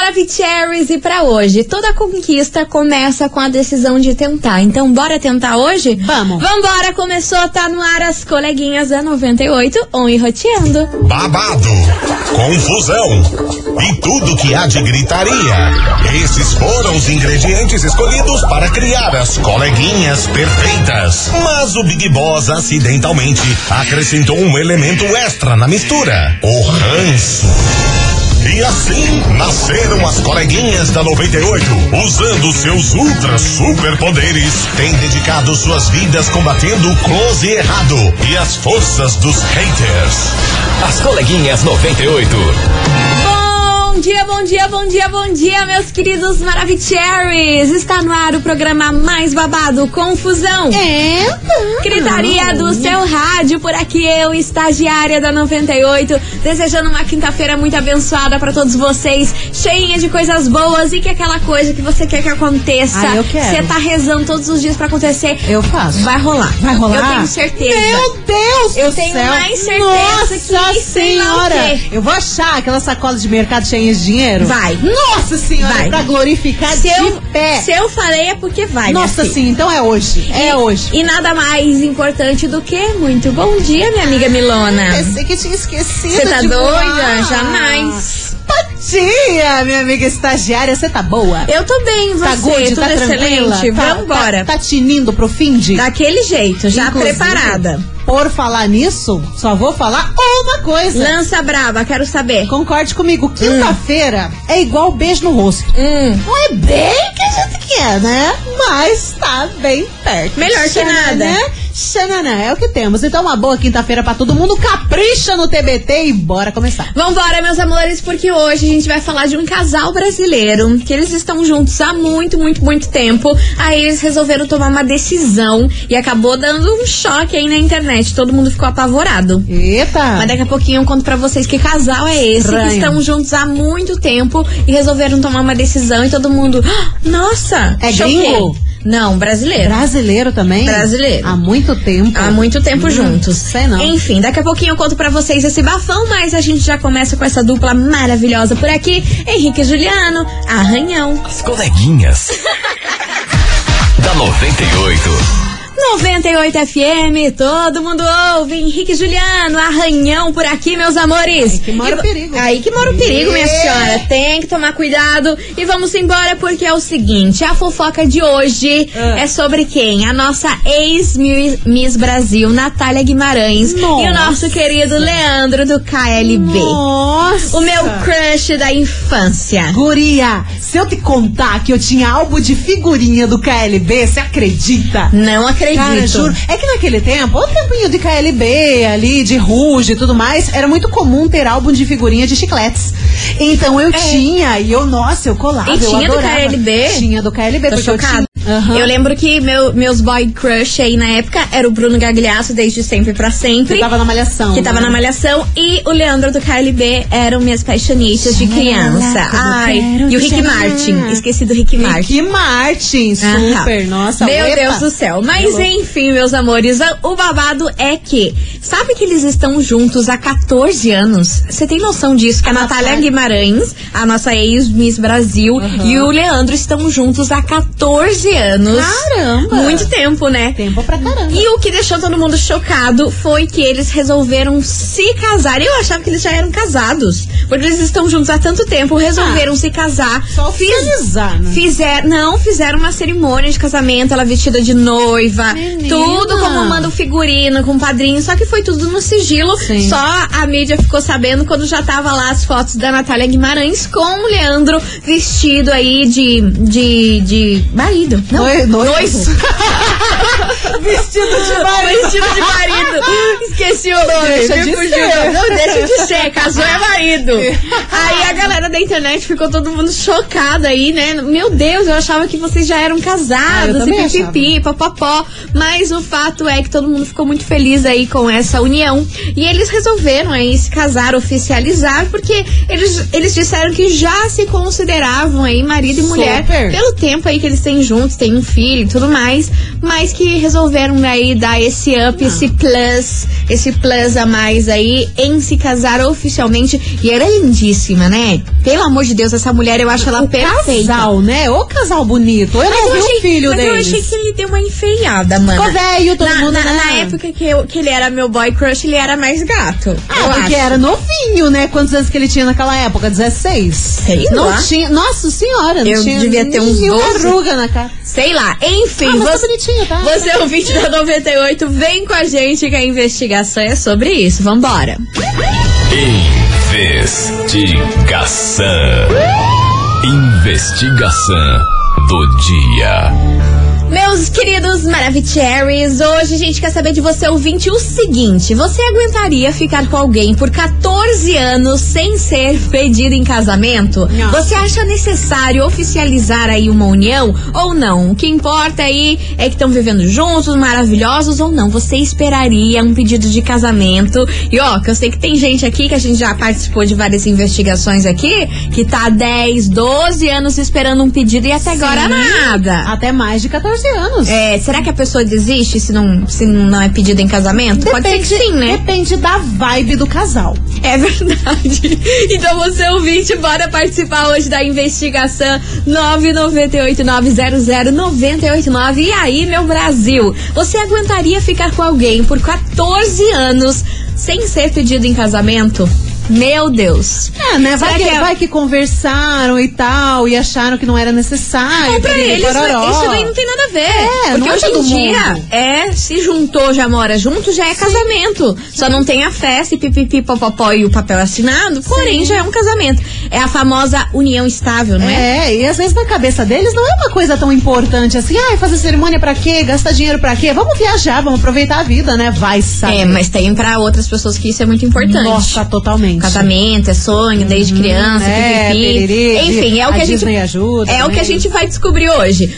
Maravicheries, e pra hoje, toda conquista começa com a decisão de tentar. Então, bora tentar hoje? Vamos. Vambora, começou, tá no ar as coleguinhas da 98, on e roteando. Babado, confusão e tudo que há de gritaria. Esses foram os ingredientes escolhidos para criar as coleguinhas perfeitas. Mas o Big Boss acidentalmente acrescentou um elemento extra na mistura: o ranço. E assim nasceram as coleguinhas da 98, usando seus ultra superpoderes, têm dedicado suas vidas combatendo o close e errado e as forças dos haters. As coleguinhas 98. Bom dia, bom dia, bom dia, bom dia, meus queridos Maravicheries. Está no ar o programa mais babado, Confusão. Gritaria do seu rádio, por aqui eu, estagiária da 98, desejando uma quinta-feira muito abençoada pra todos vocês, cheinha de coisas boas e que aquela coisa que você quer que aconteça, eu quero. você tá rezando todos os dias pra acontecer, Eu faço. vai rolar. Vai rolar? Eu tenho certeza. Meu Deus Eu do tenho céu. mais certeza Nossa que sei lá o senhora. quê. Eu vou achar aquela sacola de mercado cheia de dinheiro. Vai. Nossa senhora, Vai. pra glorificar de pé. Se eu falei é porque vai, minha Nossa, filha. sim, então é hoje. É hoje. E nada mais importante do que muito bom dia, minha amiga Milona. Pensei que tinha esquecido. Você tá de doida? voar. Jamais. Bom dia, minha amiga estagiária. Você tá boa? Eu tô bem, você, Tá good? tudo Tá tranquila? excelente. Vambora. Tá tinindo pro fim de? Daquele jeito, já Inclusive, preparada. Por falar nisso, só vou falar uma coisa. Lança braba, quero saber. Concorde comigo, quinta-feira é igual beijo no rosto. Não é bem que a gente quer, né? Mas tá bem perto. Melhor que nada. Xananã, é o que temos. Então, uma boa quinta-feira pra todo mundo. Capricha no TBT e bora começar. Vambora, meus amores, porque hoje a gente vai falar de um casal brasileiro que eles estão juntos há muito, muito, muito tempo. Aí eles resolveram tomar uma decisão e acabou dando um choque aí na internet. Todo mundo ficou apavorado. Eita! Mas daqui a pouquinho eu conto pra vocês que casal é esse, Estranho. que estão juntos há muito tempo e resolveram tomar uma decisão e todo mundo, nossa! É choquei. gringo? Não, brasileiro. Brasileiro também? Brasileiro. Há muito tempo. Há muito tempo juntos. Sei não. Enfim, daqui a pouquinho eu conto pra vocês esse bafão, mas a gente já começa com essa dupla maravilhosa por aqui. Henrique e Juliano, Arranhão. As coleguinhas da 98. 98 FM, todo mundo ouve. Henrique e Juliano, Arranhão por aqui, meus amores. Aí que mora o perigo. Aí que mora o perigo, minha senhora. Tem que tomar cuidado. E vamos embora porque é o seguinte, a fofoca de hoje é sobre quem? A nossa ex-Miss Brasil, Natália Guimarães. Nossa. E o nosso querido Leandro do KLB. Nossa! O meu crush da infância. Guria, se eu te contar que eu tinha álbum de figurinha do KLB, você acredita? Não acredito. Cara, juro. É que naquele tempo, o tempinho de KLB ali, de Ruge e tudo mais, era muito comum ter álbum de figurinha de chicletes. Então eu tinha, e eu, nossa, eu colava, E eu tinha do adorava. KLB? Tinha do KLB, Tô porque eu chocada. tinha. Aham. Eu lembro que meus boy crush aí na época era o Bruno Gagliasso, desde sempre pra sempre. Que tava na Malhação. Que tava né? na Malhação. E o Leandro do KLB eram minhas paixonitas de criança. Ai, e o Rick Martin. Esqueci do Rick Martin. Rick Martin, Aham. super, nossa. Meu epa. Deus do céu. Mas enfim, meus amores, o babado é que, sabe que eles estão juntos há 14 anos? Você tem noção disso? Que a Natália Guimarães, a nossa ex-Miss Brasil, e o Leandro estão juntos há 14 anos. Caramba! Muito tempo, né? Tempo pra caramba. E o que deixou todo mundo chocado foi que eles resolveram se casar. Eu achava que eles já eram casados. Porque eles estão juntos há tanto tempo, resolveram se casar. Só oficializar, né? Fizeram uma cerimônia de casamento, ela vestida de noiva, Menina. tudo como manda o figurino, com o padrinho, só que foi tudo no sigilo. Sim. Só a mídia ficou sabendo quando já tava lá as fotos da Natália Guimarães com o Leandro vestido aí de marido. Não, noivo. Vestido de marido. Vestido de marido. Esqueci o nome. Deixa me de fugiu. ser. Não, deixa de ser. Casou é marido. Aí a galera da internet ficou todo mundo chocado aí, né? Meu Deus, eu achava que vocês já eram eu casados. também E pipipi, papapó. Mas o fato é que todo mundo ficou muito feliz aí com essa união. E eles resolveram aí se casar, oficializar, porque eles disseram que já se consideravam aí marido e mulher Super. pelo tempo aí que eles têm juntos, têm um filho e tudo mais, mas que resolveram aí dar esse up, esse plus a mais aí em se casar oficialmente. E ela é lindíssima, né? Pelo amor de Deus, essa mulher, eu acho ela perfeita. Casal, né? O casal bonito. Eu não vi o filho mas deles. eu achei que ele deu uma enfeiada, mano. Ficou velho, todo mundo, né? Na época que ele era meu boy crush, ele era mais gato. Porque era novinho, né? Quantos anos que ele tinha naquela época? 16? Sei não lá. Tinha. Nossa senhora, não eu tinha devia ter uns 12. Ruga na cara. Sei lá. Enfim, mas tá bonitinho, tá? Você é o 20 da 98, vem com a gente que a investigação é sobre isso. Vambora. Investigação do dia. Meus queridos Maravicheries, hoje a gente quer saber de você, ouvinte, o seguinte: você aguentaria ficar com alguém por 14 anos sem ser pedido em casamento? Não. Você acha necessário oficializar aí uma união ou não? O que importa aí é que estão vivendo juntos, maravilhosos ou não. Você esperaria um pedido de casamento? E ó, que eu sei que tem gente aqui, que a gente já participou de várias investigações aqui, que tá 10, 12 anos esperando um pedido e até agora nada. Até mais de 14 anos. Será que a pessoa desiste se não é pedido em casamento? Pode ser que sim, né? Depende da vibe do casal. É verdade. Então você, ouvinte, bora participar hoje da investigação 998-900-989. E aí, meu Brasil, você aguentaria ficar com alguém por 14 anos sem ser pedido em casamento? Meu Deus. Né? Vai que conversaram e tal, e acharam que não era necessário. Não, pra eles, isso daí não tem nada a ver. Porque hoje em dia, se juntou, já mora junto, já é casamento. Só não tem a festa e pipipi, popopó e o papel assinado, porém já é um casamento. É a famosa união estável, não é? E às vezes na cabeça deles não é uma coisa tão importante assim, fazer cerimônia pra quê? Gastar dinheiro pra quê? Vamos viajar, vamos aproveitar a vida, né? Vai saber. Mas tem pra outras pessoas que isso é muito importante. Nossa, totalmente. Casamento, é sonho, desde criança, pipipi. Enfim, é o que a gente ajuda. É o que a gente vai descobrir hoje.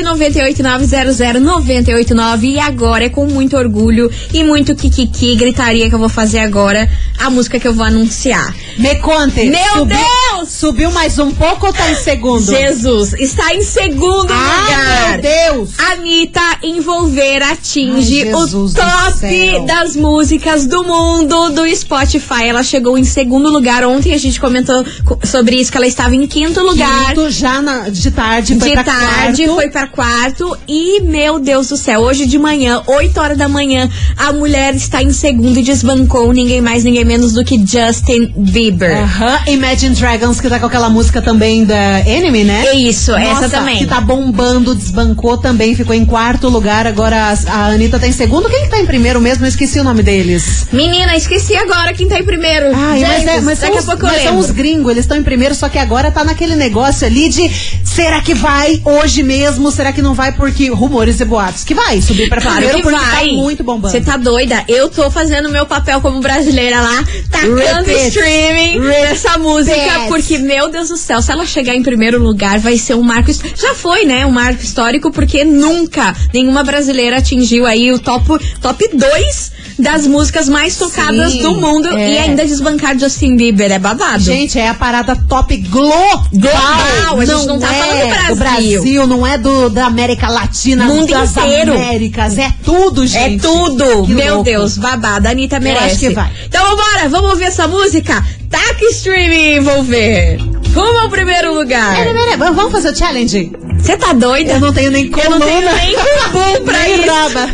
998-900-989. E agora é com muito orgulho e muito kikiki, gritaria que eu vou fazer agora a música que eu vou anunciar. Me conte. Meu Deus! Subiu mais um pouco ou tá em segundo? Jesus, está em segundo lugar. Meu Deus! Anitta Envolver atinge o top das músicas do mundo do Spotify. Ela chegou em segundo lugar. Ontem a gente comentou sobre isso, que ela estava em quinto lugar. Já de tarde foi pra quarto. E, meu Deus do céu, hoje de manhã, 8 horas da manhã, a mulher está em segundo e desbancou ninguém mais, ninguém menos do que Justin Bieber. Imagine Dragons, que tá com aquela música também da Enemy, né? É isso, essa também. Que tá bombando, desbancou também, ficou em quarto lugar. Agora a Anitta tá em segundo. Quem que tá em primeiro mesmo? Eu esqueci o nome deles. Menina, esqueci agora quem tá em primeiro. Mas são os gringos, eles estão em primeiro, só que agora tá naquele negócio ali de será que vai hoje mesmo? Será que não vai? Porque rumores e boatos que vai subir pra primeiro, porque tá muito bombando. Você tá doida? Eu tô fazendo meu papel como brasileira lá, tacando streaming dessa música, porque, meu Deus do céu, se ela chegar em primeiro lugar, vai ser um marco. Já foi, né? Um marco histórico, porque nunca nenhuma brasileira atingiu aí o top 2 das músicas mais tocadas do mundo e ainda desbancar Justin Bieber. É babado. Gente, é a parada top global. A gente não tá falando do Brasil. Não é da América Latina, mundo das inteiro. Américas. É tudo, gente. É tudo. Que Meu louco. Deus, babado. A Anitta merece. Eu acho que vai. Então vambora, vamos ouvir essa música? Taca streaming envolver. Rumo ao primeiro lugar. Vamos fazer o challenge? Você tá doida? Eu não tenho nem coluna. Eu não tenho nem bumbum pra isso.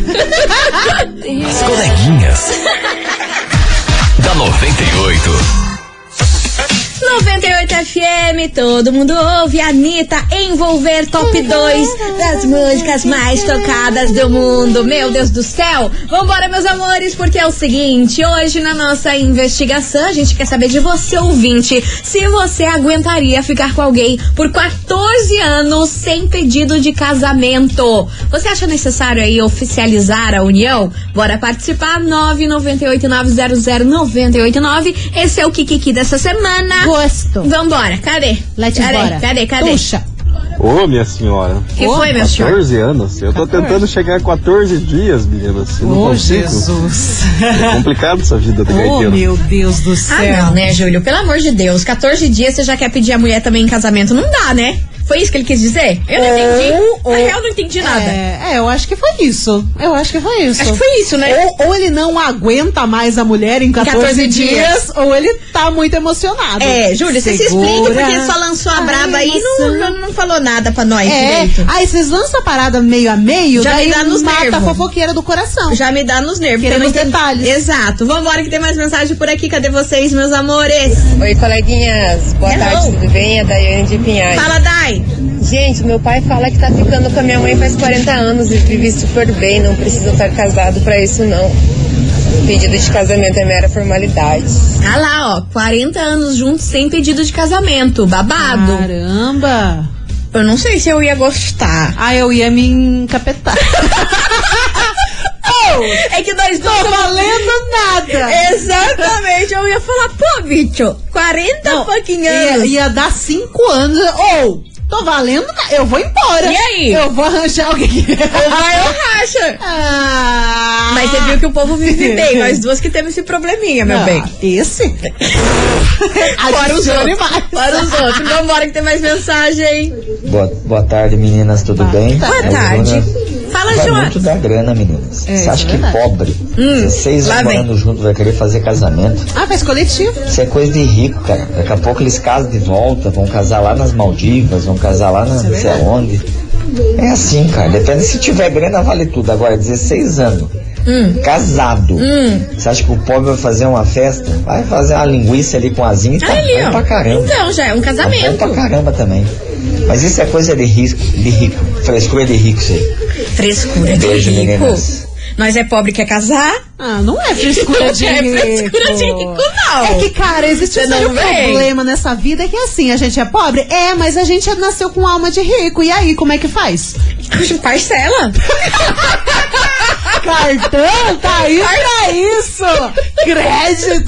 As coleguinhas da 98. 98 FM, todo mundo ouve. Anitta Envolver, top 2 das músicas mais tocadas do mundo. Meu Deus do céu. Vambora, meus amores, porque é o seguinte: hoje na nossa investigação a gente quer saber de você, ouvinte, se você aguentaria ficar com alguém por 14 anos sem pedido de casamento. Você acha necessário aí oficializar a união? Bora participar. 998-900-989. Esse é o Kikiki dessa semana. Gosto. Vambora, cadê? Cadê? Puxa. Ô, minha senhora. Que foi, meu senhor? 14 anos. Eu tô tentando chegar a 14 dias, meninas. Não consigo. Jesus. É complicado essa vida da gaiteira. Meu Deus do céu. Não, né, Júlio? Pelo amor de Deus. 14 dias você já quer pedir a mulher também em casamento? Não dá, né? Foi isso que ele quis dizer? Eu não entendi. Na real, não entendi nada. Eu acho que foi isso. Acho que foi isso, né? Ou ele não aguenta mais a mulher em 14 dias, ou ele tá muito emocionado. Júlia, você se explica, porque ele só lançou a braba aí e não falou nada pra nós direito. Aí vocês lançam a parada meio a meio, já daí me dá nos mata nervos. A fofoqueira do coração. Já me dá nos nervos. Querendo os detalhes. Exato. Vambora que tem mais mensagem por aqui. Cadê vocês, meus amores? Oi, coleguinhas. Boa tarde, tudo bem? É Daiane de Pinhais. Fala, Dai. Gente, meu pai fala que tá ficando com a minha mãe faz 40 anos e vive super bem, não precisa estar casado pra isso, não. Pedido de casamento é mera formalidade. Ah lá, ó, 40 anos juntos sem pedido de casamento, babado. Caramba! Eu não sei se eu ia gostar. Eu ia me encapetar. É que nós não tô valendo nada. Exatamente, eu ia falar, pô, bicho, 40 fucking anos. Ia dar 5 anos, tô valendo, eu vou embora. E aí? Eu vou arranjar alguém que... Ou vai ou racha. Mas você viu que o povo vive bem, nós duas que temos esse probleminha, meu bem. Esse? Fora os outros. Vambora que tem mais mensagem. Boa tarde, meninas, tudo bem? Boa tarde. Fala, Vai João. muito da grana, meninas. Você acha que pobre, 16 anos morando junto, vai querer fazer casamento? Faz coletivo. Isso é coisa de rico, cara. Daqui a pouco eles casam de volta, vão casar lá nas Maldivas, vão casar lá não sei aonde. É assim, cara. Depende, se tiver grana, vale tudo. Agora, 16 anos. Casado. Você acha que o pobre vai fazer uma festa? Vai fazer uma linguiça ali com asinho, tá bom pra caramba. Então, já é um casamento. Tá bom pra caramba também. Mas isso é coisa de rico. Frescura de rico, isso aí. Frescura de rico. Meninas. Nós é pobre quer casar? Não é frescura de rico. É frescura de rico, não. É que, cara, existe um problema nessa vida, que é assim, a gente é pobre? Mas a gente nasceu com alma de rico. E aí, como é que faz? Parcela. Cartão tá aí pra isso. Crédito.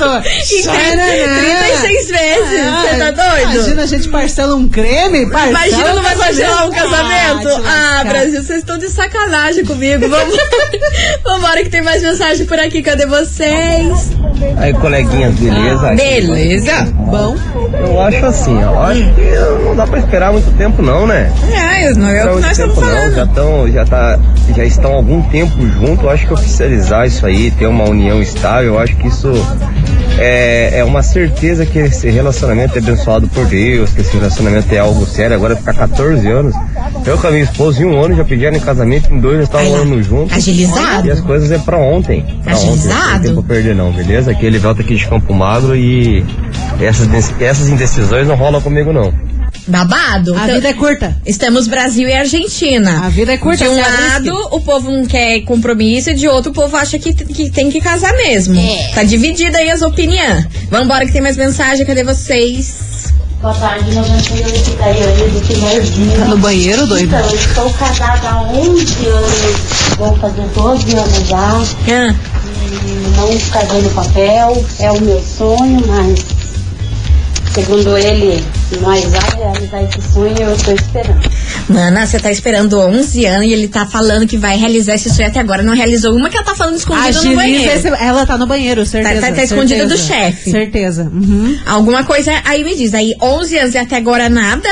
36 vezes. Você tá doido? Imagina, a gente parcela um creme. Imagina, não vai parcelar um casamento. Brasil, vocês estão de sacanagem comigo. Vambora que tem mais mensagem por aqui. Cadê vocês? Aí, coleguinhas, beleza? Beleza. Bom. Eu acho assim, eu acho que não dá pra esperar muito tempo não, né? Não é o que nós estamos falando. Já estão há algum tempo juntos. Eu acho que oficializar isso aí, ter uma união estável, eu acho que isso é uma certeza que esse relacionamento é abençoado por Deus, que esse relacionamento é algo sério. Agora ficar 14 anos, eu com a minha esposa em 1 ano já pediram em casamento, em 2 já estavam morando juntos. Agilizado. E as coisas é pra ontem. Agilizado. Não tem tempo pra perder não, beleza? Aqui ele volta aqui de Campo Magro e essas indecisões não rolam comigo não. Babado. A vida é curta. Estamos Brasil e Argentina. A vida é curta. De um lado, o povo não quer compromisso, e de outro, o povo acha que tem que casar mesmo. Tá dividida aí as opiniões. Vambora que tem mais mensagem. Cadê vocês? Boa tarde, 98 Daiane do Pinheirinho. Tá no banheiro, doido? Então, eu estou casada há 11 anos. Vou fazer 12 anos já. E não casei no papel. É o meu sonho, mas segundo ele, nós vamos realizar esse sonho, eu estou esperando. Mana, você tá esperando 11 anos e ele tá falando que vai realizar esse sonho até agora. Não realizou uma que ela tá falando escondida no banheiro. Ela tá no banheiro, certeza. Tá escondida do chefe. Certeza. Alguma coisa, aí me diz, aí 11 anos e até agora nada?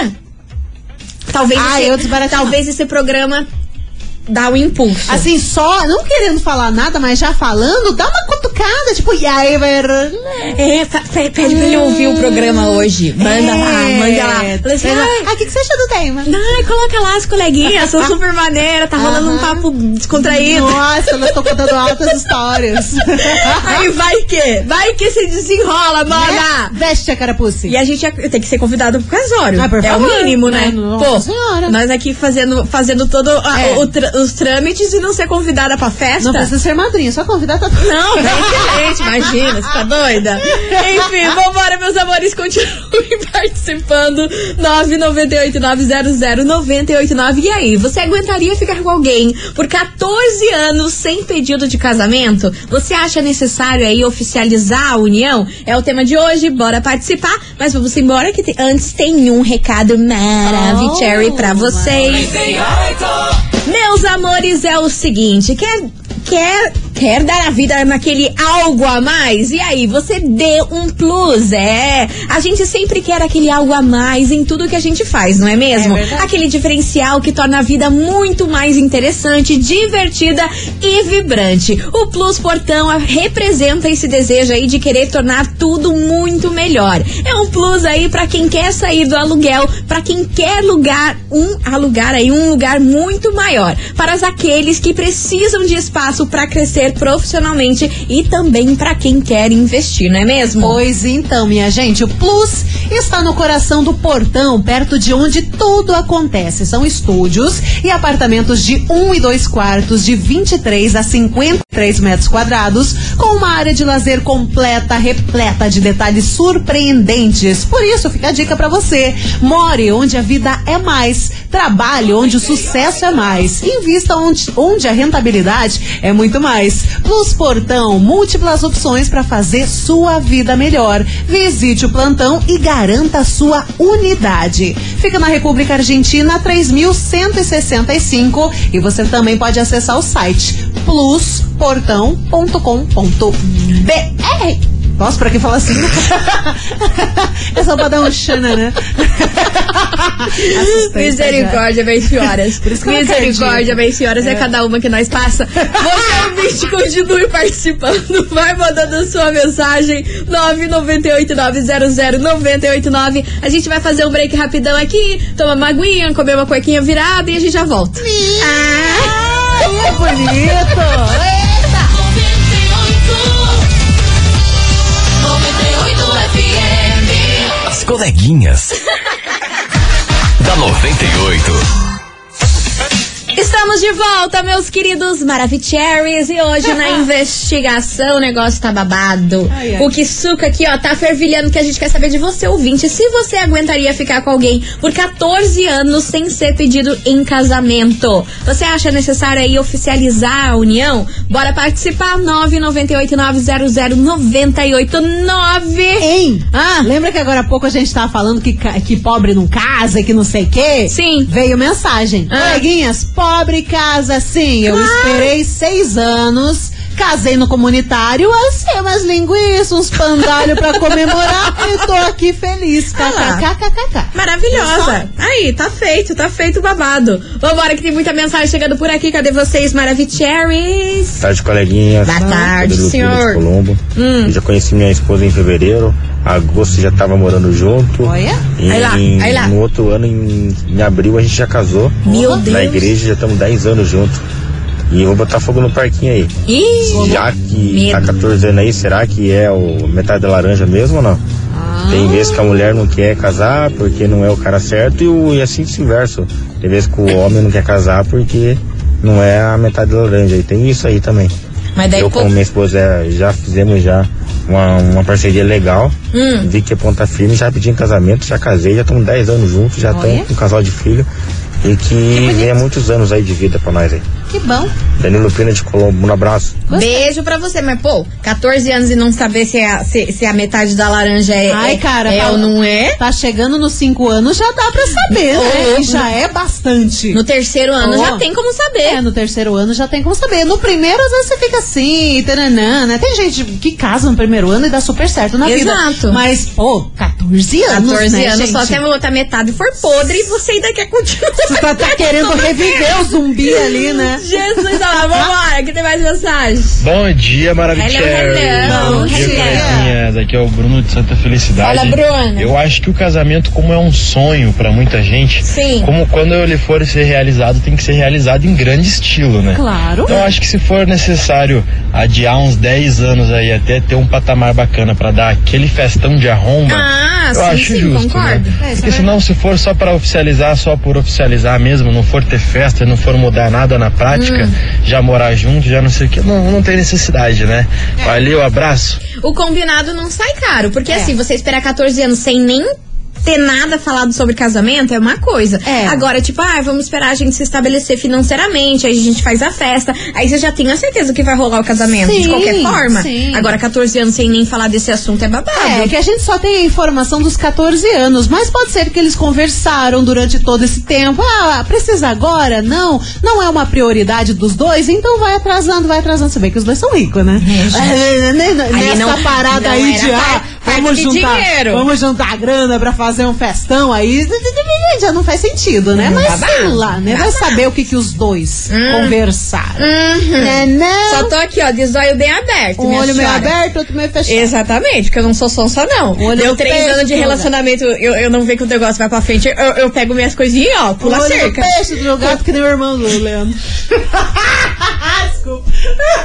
Talvez esse programa dá um impulso. Assim, só, não querendo falar nada, mas já falando, dá uma cutucada, tipo, e aí, pede pra ele ouvir o programa hoje. Manda lá. O que você acha do tema? Coloca lá as coleguinhas, são super maneiras, tá rolando um papo descontraído. Nossa, elas estão contando altas histórias. Aí vai que se desenrola, mana. Veste a carapuça. E a gente tem que ser convidado pro casório. É o mínimo, né? Senhora. Nós aqui fazendo todo os trâmites e não ser convidada pra festa. Não precisa ser madrinha, só convidar tá tudo. Não, é excelente, imagina, você tá doida? Enfim, vambora, meus amores, continuem participando. 998-900-989. E aí, você aguentaria ficar com alguém por 14 anos sem pedido de casamento? Você acha necessário aí oficializar a união? É o tema de hoje, bora participar. Mas vamos embora que antes tem um recado maravilhoso pra vocês. Meus amores, é o seguinte, quer quer dar a vida naquele algo a mais? E aí, você dê um plus, a gente sempre quer aquele algo a mais em tudo que a gente faz, não é mesmo? Aquele diferencial que torna a vida muito mais interessante, divertida e vibrante. O Plus Portão representa esse desejo aí de querer tornar tudo muito melhor. É um plus aí pra quem quer sair do aluguel, pra quem quer alugar um lugar muito maior, para aqueles que precisam de espaço pra crescer profissionalmente e também pra quem quer investir, não é mesmo? Pois então, minha gente, o Plus está no coração do Portão, perto de onde tudo acontece. São estúdios e apartamentos de 1 e 2 quartos, de 23 a 53 metros quadrados, com uma área de lazer completa, repleta de detalhes surpreendentes. Por isso, fica a dica pra você. More onde a vida é mais. Trabalhe onde o sucesso é mais. Invista onde a rentabilidade é muito mais. Plus Portão, múltiplas opções para fazer sua vida melhor. Visite o plantão e garanta a sua unidade. Fica na República Argentina 3165 e você também pode acessar o site plusportão.com.br. Nossa, pra quem fala assim? É só pra dar um xana, né? Misericórdia, bem senhoras. Misericórdia, bem senhoras, é cada uma que nós passa. Você, ouvinte, continue participando. Vai mandando a sua mensagem 998900989. A gente vai fazer um break rapidão aqui, tomar uma aguinha, comer uma cuequinha virada e a gente já volta. Que bonito! As coleguinhas da 98. Estamos de volta, meus queridos Maravicheries, e hoje na investigação o negócio tá babado. O Kisuka aqui, ó, tá fervilhando, que a gente quer saber de você, ouvinte, se você aguentaria ficar com alguém por 14 anos sem ser pedido em casamento. Você acha necessário aí oficializar a união? Bora participar, 998900989. Hein? Lembra que agora há pouco a gente tava falando que pobre não casa e que não sei o quê? Sim. Veio mensagem. Coleguinhas, pobre casa sim. Eu esperei 6 anos, casei no comunitário, assim, umas linguiças, uns pandalhos pra comemorar e tô aqui feliz. KKKKK. Maravilhosa. Aí, tá feito o babado. Vambora que tem muita mensagem chegando por aqui. Cadê vocês, Maravicheries? Boa tarde, coleguinha. Boa tarde, senhor. De Colombo. Eu já conheci minha esposa em fevereiro. Agosto já tava morando junto. Olha. Aí lá. No outro ano, em abril, a gente já casou. Meu Deus. Na igreja já estamos 10 anos juntos. E eu vou botar fogo no parquinho aí. Já que tá 14 anos aí, será que é o metade da laranja mesmo ou não? Tem vezes que a mulher não quer casar porque não é o cara certo e assim vice-versa. Tem vezes que o homem não quer casar porque não é a metade da laranja. E tem isso aí também. Mas daí eu com minha esposa já fizemos uma parceria legal. Vi que é ponta firme, já pedi em casamento, já casei, já estamos 10 anos juntos, já estamos com um casal de filho. E que venha muitos anos aí de vida pra nós aí. Que bom. Danilo Pina de Colombo, um abraço. Beijo pra você, mas 14 anos e não saber se a metade da laranja ou não é? Tá chegando nos 5 anos, já dá pra saber, né? E já é bastante. No terceiro ano já tem como saber. No terceiro ano já tem como saber. No primeiro, às vezes você fica assim, taranã, né? Tem gente que casa no primeiro ano e dá super certo na vida. Exato. Mas, 14 anos, 14 né, anos, gente? só se a outra metade for podre e você ainda quer continuar. Você tá querendo reviver o zumbi ali, né? Jesus, olha lá, vambora, que tem mais mensagem. Bom dia, Maravicheries. Bom dia, coleguinhas. Aqui é o Bruno de Santa Felicidade. Olha, Bruno. Eu acho que o casamento, como é um sonho pra muita gente, como quando ele for ser realizado, tem que ser realizado em grande estilo, né? Claro. Então eu acho que se for necessário adiar uns 10 anos aí até ter um patamar bacana pra dar aquele festão de arromba, eu acho justo, concordo. Né? Porque senão, se for só pra oficializar, só por oficializar mesmo, não for ter festa, não for mudar nada na prática, já morar junto, já não sei o que, não tem necessidade, né? Valeu, abraço. O combinado não sai caro, porque assim, você esperar 14 anos sem nem ter nada falado sobre casamento é uma coisa. Agora, tipo, vamos esperar a gente se estabelecer financeiramente, aí a gente faz a festa, aí você já tem a certeza que vai rolar o casamento de qualquer forma. Sim. Agora, 14 anos sem nem falar desse assunto é babado. É que a gente só tem a informação dos 14 anos, mas pode ser que eles conversaram durante todo esse tempo. Precisa agora? Não é uma prioridade dos dois, então vai atrasando. Se bem que os dois são ricos, né? Nessa parada aí de vamos juntar grana pra fazer um festão aí, já não faz sentido, né? Mas sei lá, né? Vai saber o que os dois conversaram. Só tô aqui, ó, de zóio bem aberto. Um olho meio aberto, outro meio fechado. Exatamente, porque eu não sou sonsa, não. Deu 3 anos de relacionamento, eu não vejo que o negócio vai pra frente, eu pego minhas coisinhas, ó, pula a cerca. Peixe do meu gato que nem o irmão do Leandro. Desculpa.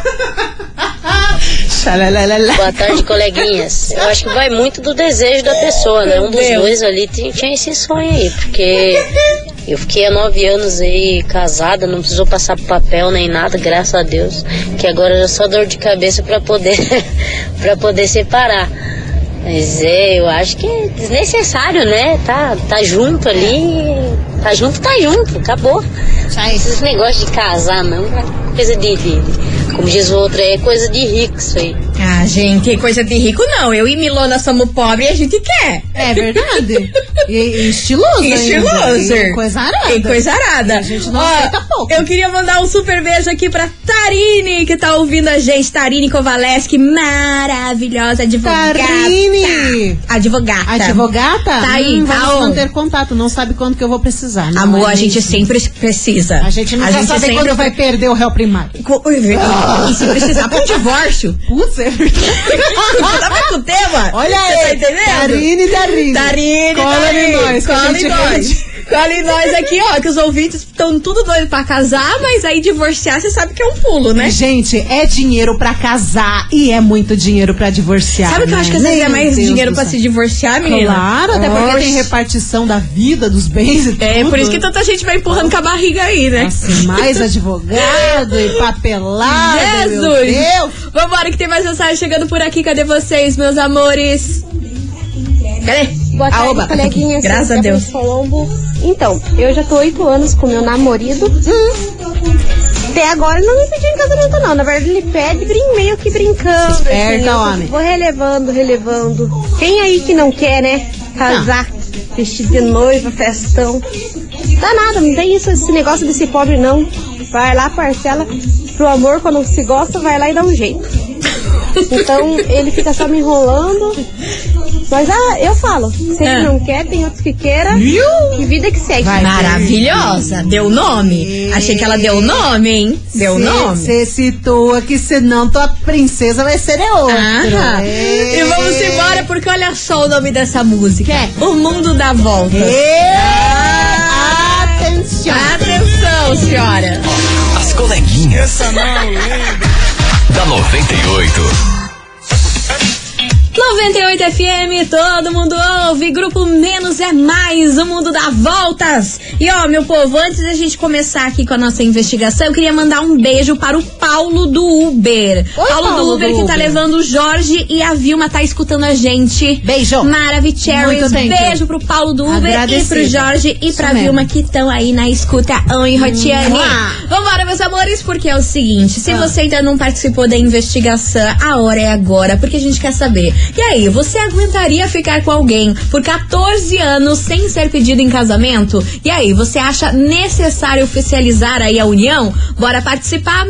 Boa tarde, coleguinhas. Eu acho que vai muito do desejo da pessoa, né? Um dos dois ali tinha esse sonho aí, porque eu fiquei há 9 anos aí casada, não precisou passar por papel nem nada, graças a Deus, que agora era só dor de cabeça pra poder separar. Mas eu acho que é desnecessário, né? Tá junto ali, tá junto, acabou. Esses negócios de casar, não, é coisa de como diz o outro, é coisa de rico isso aí. Gente, coisa de rico não. Eu e Milona somos pobres e a gente quer. É verdade. E estiloso. E coisa arada. E coisa arada. A gente não aceita pouco. Eu queria mandar um super beijo aqui pra Tarine, que tá ouvindo a gente. Tarine Kovaleski, maravilhosa advogata. Tarine! Advogata? Tá aí, vamos manter contato. Não sabe quando que eu vou precisar. Amor, a gente sempre precisa. A gente não sabe quando vai perder o réu primário. E se precisar pra um divórcio. Putz, é verdade. Tá vendo o tema? Olha aí. Tá entendendo? Tarine. Cola em nós. Cola em nós aqui, ó, que os ouvintes estão tudo doido pra casar, mas aí divorciar, você sabe que é um pulo, né? Gente, é dinheiro pra casar e é muito dinheiro pra divorciar. Sabe o que eu acho que às vezes é mais dinheiro pra se divorciar, menina? Claro, até porque tem repartição da vida, dos bens e tudo. É, por isso que tanta gente vai empurrando com a barriga aí, né? Assim, mais advogado e papelado. Jesus! Meu Deus! Vambora que tem mais mensagem chegando por aqui. Cadê vocês, meus amores? Cadê? Boa tarde, coleguinhas. Graças a Deus. Então, eu já tô 8 anos com meu namorado. Até agora ele não me pediu em casamento, não. Na verdade, ele pede meio que brincando. Esperta, homem. Vou relevando. Quem aí que não quer, né? Casar, vestido de noiva, festão. Dá nada, não tem esse negócio de ser pobre, não. Vai lá, parcela pro amor, quando se gosta, vai lá e dá um jeito. Então, ele fica só me enrolando. Mas eu falo, se ele não quer, tem outros que queiram. Que vida que segue. Maravilhosa, deu nome. Achei que ela deu nome, hein? Deu nome. Você citou que senão tua princesa vai ser outra. E vamos embora, porque olha só o nome dessa música. O Mundo dá Volta. Atenção, senhora. As coleguinhas da 98. 98 FM, todo mundo ouve. Grupo Menos é Mais, o mundo dá voltas. E ó, meu povo, antes da gente começar aqui com a nossa investigação, eu queria mandar um beijo para o Paulo do Uber. Paulo do Uber que tá levando o Jorge e a Vilma, tá escutando a gente. Beijo. Maravicherrys, beijo pro Paulo do Uber e pro Jorge e pra Vilma que estão aí na escuta. Oi, Rotiane. Vambora, meus amores, porque é o seguinte, se você ainda não participou da investigação, a hora é agora, porque a gente quer saber. E aí, você aguentaria ficar com alguém por 14 anos sem ser pedido em casamento? E aí, você acha necessário oficializar aí a união? Bora participar,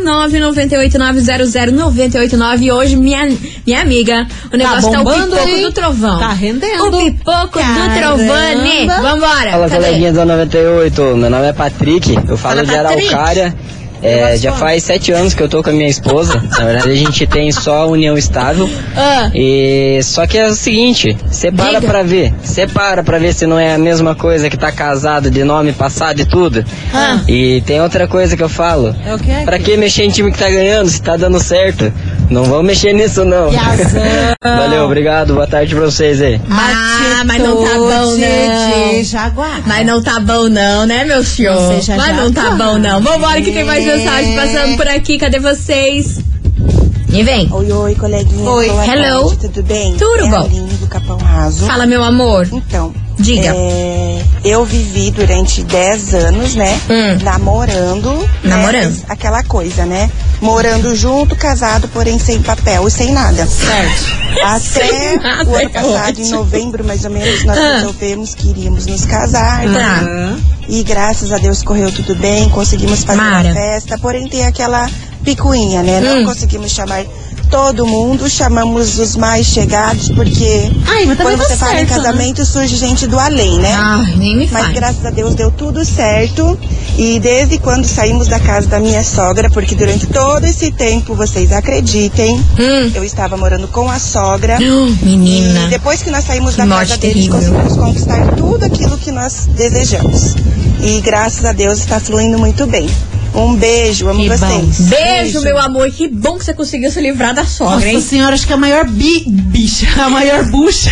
998900989. E hoje, minha amiga, o negócio tá o pipoco do trovão. Tá rendendo. O pipoco do trovane. Vambora. Fala, coleguinha da 98. Meu nome é Patrick, eu falo de Araucária. Já faz 7 anos que eu tô com a minha esposa. Na verdade, a gente tem só união estável. E só que é o seguinte, separa pra ver se não é a mesma coisa que tá casado de nome passado e tudo. E tem outra coisa que eu falo. É o quê? Pra que mexer em time que tá ganhando se tá dando certo? Não vamos mexer nisso, não. Valeu, obrigado, boa tarde pra vocês aí. Mas não tá bom, não. Mas não tá bom, não, né, meu senhor? Mas não tá bom, não. Vambora que tem mais mensagem passando por aqui. Cadê vocês? E vem. Oi, coleguinha. Oi. Hello. Tudo bem? Tudo bom. Aline do Capão Raso. Fala, meu amor. Então, Diga. Eu vivi durante 10 anos, né? Namorando. Né, aquela coisa, né? Morando junto, casado, porém sem papel e sem nada. Certo. Até o ano passado, em novembro, mais ou menos, nós resolvemos que iríamos nos casar. E graças a Deus correu tudo bem, conseguimos fazer uma festa, porém tem aquela picuinha, né? Não conseguimos chamar todo mundo, chamamos os mais chegados, porque quando você fala em casamento, surge gente do além, né? Nem me Mas graças a Deus deu tudo certo. E desde quando saímos da casa da minha sogra, porque durante todo esse tempo, vocês acreditem, eu estava morando com a sogra. Menina. E depois que nós saímos da casa deles, conseguimos conquistar tudo aquilo que nós desejamos. E graças a Deus está fluindo muito bem. Um beijo, amo vocês. Beijo, meu amor. Que bom que você conseguiu se livrar da sogra, hein? Nossa senhora, acho que é a maior bicha, a maior bucha.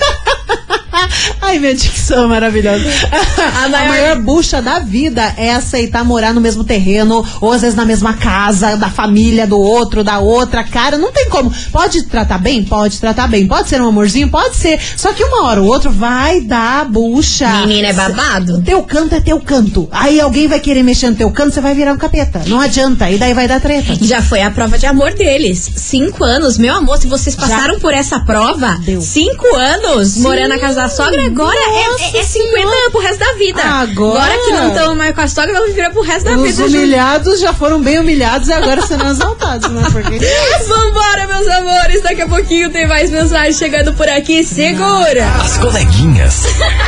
Ai, minha dicção maravilhosa. A maior bucha da vida é aceitar morar no mesmo terreno, ou às vezes na mesma casa, da família do outro, da outra. Cara, não tem como. Pode tratar bem? Pode tratar bem. Pode ser um amorzinho? Pode ser. Só que uma hora ou outra vai dar bucha. Menina, é babado? Teu canto é teu canto. Aí alguém vai querer mexer no teu canto, você vai virar um capeta. Não adianta. E daí vai dar treta. Já foi a prova de amor deles. 5 anos. Meu amor, se vocês passaram por essa prova, 5 anos morando na casa da sogra, agora é 50 anos pro resto da vida. Agora que não estão mais com a sogra, vão viver pro resto da vida. Os humilhados já foram bem humilhados e agora serão exaltados, né? Porque... Vambora, meus amores. Daqui a pouquinho tem mais mensagens chegando por aqui. Segura! As coleguinhas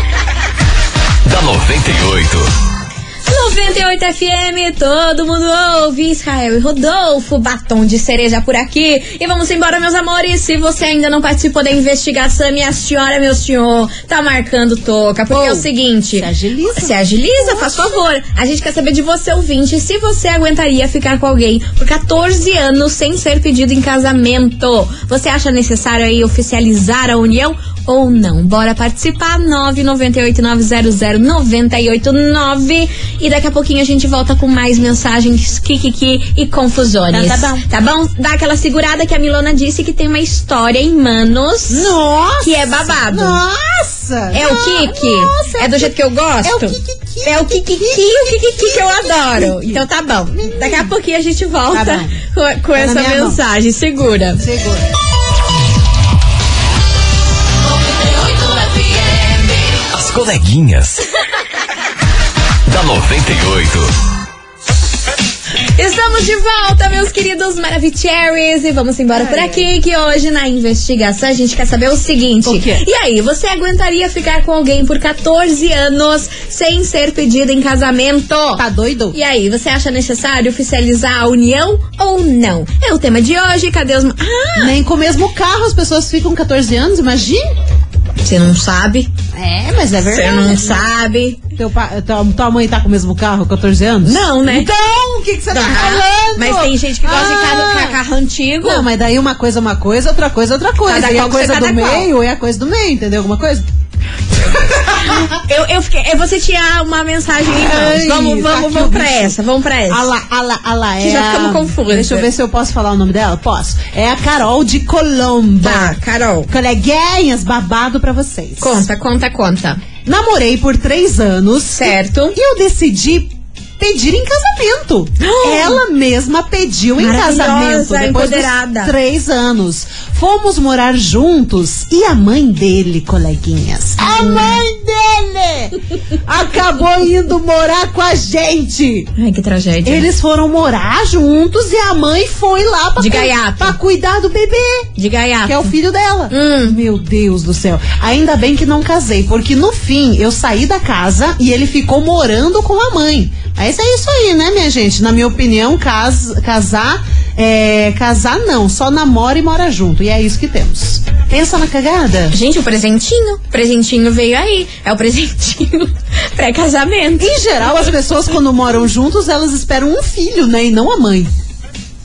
da 98. 98 FM, todo mundo ouve. Israel e Rodolfo, batom de cereja por aqui. E vamos embora, meus amores. Se você ainda não participou da investigação, minha senhora, meu senhor, tá marcando toca. Porque é o seguinte: se agiliza, faz favor. A gente quer saber de você, ouvinte, se você aguentaria ficar com alguém por 14 anos sem ser pedido em casamento. Você acha necessário aí oficializar a união ou não? Bora participar. 998900989. E daqui a pouquinho a gente volta com mais mensagens, kikiki e confusões. Tá bom. Tá bom? Dá aquela segurada que a Milona disse que tem uma história em Manos. Nossa! Que é babado. Nossa! É o Kiki? Nossa, é do jeito que eu gosto? É o Kikiki. É o Kikiki que eu adoro. Então tá bom. Daqui a pouquinho a gente volta com essa mensagem. Mão. Segura. As coleguinhas da 98. Estamos de volta, meus queridos Maravicheries, e vamos embora por aqui, que hoje na investigação a gente quer saber o seguinte: e aí, você aguentaria ficar com alguém por 14 anos sem ser pedido em casamento? Tá doido? E aí, você acha necessário oficializar a união ou não? É o tema de hoje. Cadê os... Nem com o mesmo carro as pessoas ficam 14 anos, imagina. Você não sabe? É, mas é verdade. Você não sabe. Tua mãe tá com o mesmo carro, 14 anos? Não, né? Então, o que você tá falando? Mas tem gente que gosta de carro antigo. Não, mas daí uma coisa é uma coisa, outra coisa é outra coisa. E a coisa do meio é a coisa do meio, entendeu? Alguma coisa? Você tinha uma mensagem em mãos. Vamos pra essa. Alá, que já ficamos confusos. Deixa eu ver se eu posso falar o nome dela. Posso. É a Carol de Colombo. Tá, Carol. Coleguinhas, babado pra vocês. Conta. Namorei por 3 anos. Certo. E eu decidi pedir em casamento. Ela mesma pediu em casamento depois dos 3 anos. Fomos morar juntos e a mãe dele, coleguinhas, a mãe dele acabou indo morar com a gente. Ai, que tragédia. Eles foram morar juntos e a mãe foi lá pra cuidar do bebê. De gaiato. Que é o filho dela. Meu Deus do céu. Ainda bem que não casei, porque no fim eu saí da casa e ele ficou morando com a mãe. Mas é isso aí, né, minha gente? Na minha opinião, casar não, só namora e mora junto. E é isso que temos. Pensa na cagada. Gente, o presentinho veio aí. É o presentinho pré-casamento. Em geral, as pessoas quando moram juntos, elas esperam um filho, né, e não a mãe.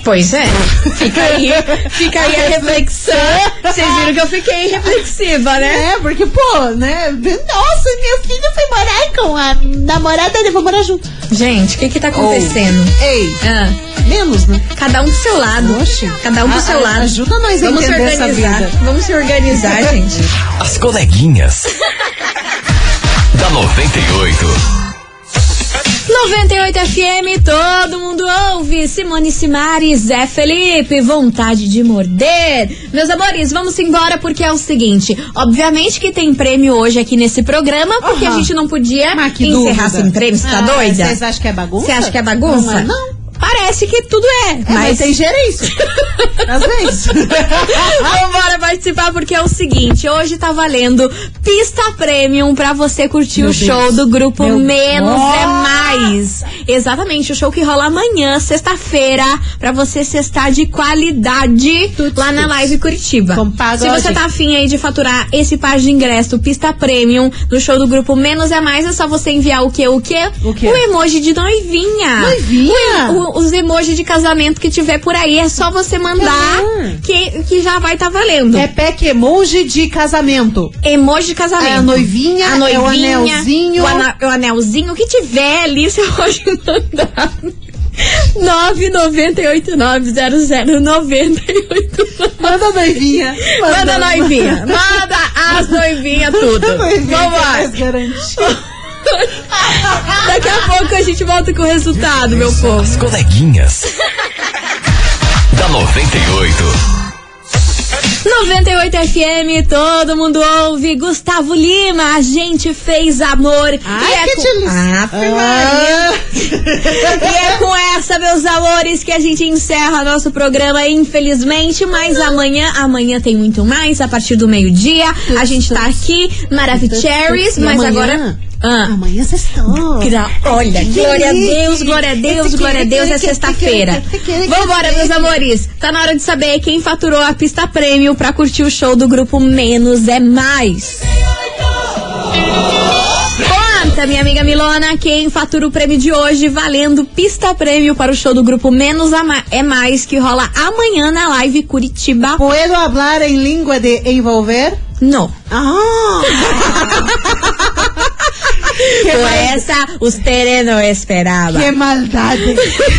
Pois é. Fica aí a reflexão. Vocês viram que eu fiquei reflexiva, né? É, porque, pô, né? Nossa, meu filho foi morar com a namorada dele, vou morar junto. Gente, o que tá acontecendo? Ei, menos, né? Cada um pro seu lado. Oxe. Cada um pro seu lado. Ajuda nós a Vamos se entender organizar. essa vida. Vamos se organizar, gente. As coleguinhas da 98. 98 FM, todo mundo ouve. Simone Simares, Zé Felipe, vontade de morder. Meus amores, vamos embora porque é o seguinte. Obviamente que tem prêmio hoje aqui nesse programa, porque a gente não podia encerrar sem prêmio. Você tá doida? Vocês acham que é bagunça? Você acha que é bagunça? Não. Parece que tudo mas tem gerência. Às vezes. Vambora participar porque é o seguinte, hoje tá valendo pista premium pra você curtir o show do grupo Menos é Mais. Exatamente, o show que rola amanhã, sexta-feira, pra você sextar de qualidade lá na Live Curitiba. Se você tá afim aí de faturar esse par de ingresso, pista premium do show do grupo Menos é Mais, é só você enviar o quê? O emoji de noivinha. Noivinha? Os emojis de casamento que tiver por aí, é só você mandar que já vai tá valendo. É pack emoji de casamento. Emoji de casamento. É a noivinha, é o anelzinho. O anelzinho, o que tiver ali, você pode mandar. 998900989. Manda noivinha. Manda noivinha. Manda as noivinhas tudo. Vamos Daqui a pouco a gente volta com o resultado, meu povo. As coleguinhas da 98. 98 FM, todo mundo ouve. Gustavo Lima, a gente fez amor. Ai, E é com essa, meus amores, que a gente encerra nosso programa, infelizmente. Mas amanhã tem muito mais. A partir do meio-dia, a gente tá aqui, Maravicheries, mas agora... Amanhã sextou. Olha, glória a Deus, glória a Deus, glória a Deus, é sexta-feira. Vambora, meus amores. Tá na hora de saber quem faturou a pista prêmio pra curtir o show do grupo Menos é Mais. Conta, minha amiga Milona, quem fatura o prêmio de hoje valendo pista prêmio para o show do grupo Menos é Mais, que rola amanhã na Live Curitiba. Puedo hablar em língua de envolver? Não. Por essa, usted não esperava. Que maldade.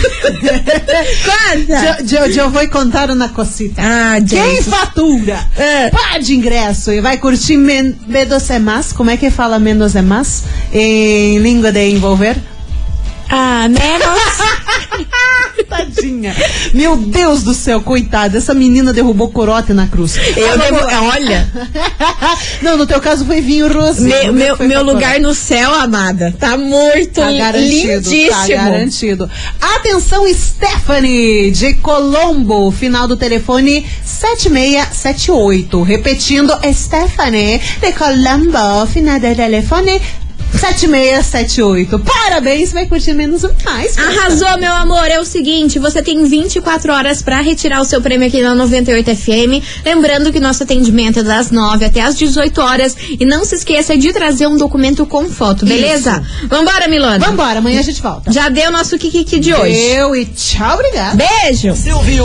Conta. Eu vou contar uma cosita. Quem fatura par de ingresso e vai curtir Menos é Mais? Como é que fala Menos é Mais em língua de envolver? Menos. Tadinha. Meu Deus do céu, coitada. Essa menina derrubou corote na cruz. Olha. Não, no teu caso foi vinho rosinho. Meu lugar no céu, amada. Tá muito lindíssimo. Tá garantido. Atenção, Stephanie, de Colombo. Final do telefone 7678. Repetindo, Stephanie, de Colombo. Final do telefone 7678. Parabéns, vai curtir Menos Mais. Arrasou, meu amor. É o seguinte, você tem 24 horas pra retirar o seu prêmio aqui na 98 FM. Lembrando que nosso atendimento é das 9 até as 18 horas. E não se esqueça de trazer um documento com foto, beleza? Isso. Vambora, Milana. Vambora, amanhã a gente volta. Já deu nosso Kikiki de hoje. Deu e tchau, obrigada. Beijo. Você ouviu?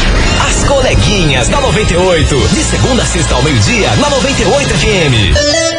As coleguinhas da 98. De segunda a sexta ao meio-dia, na 98 FM.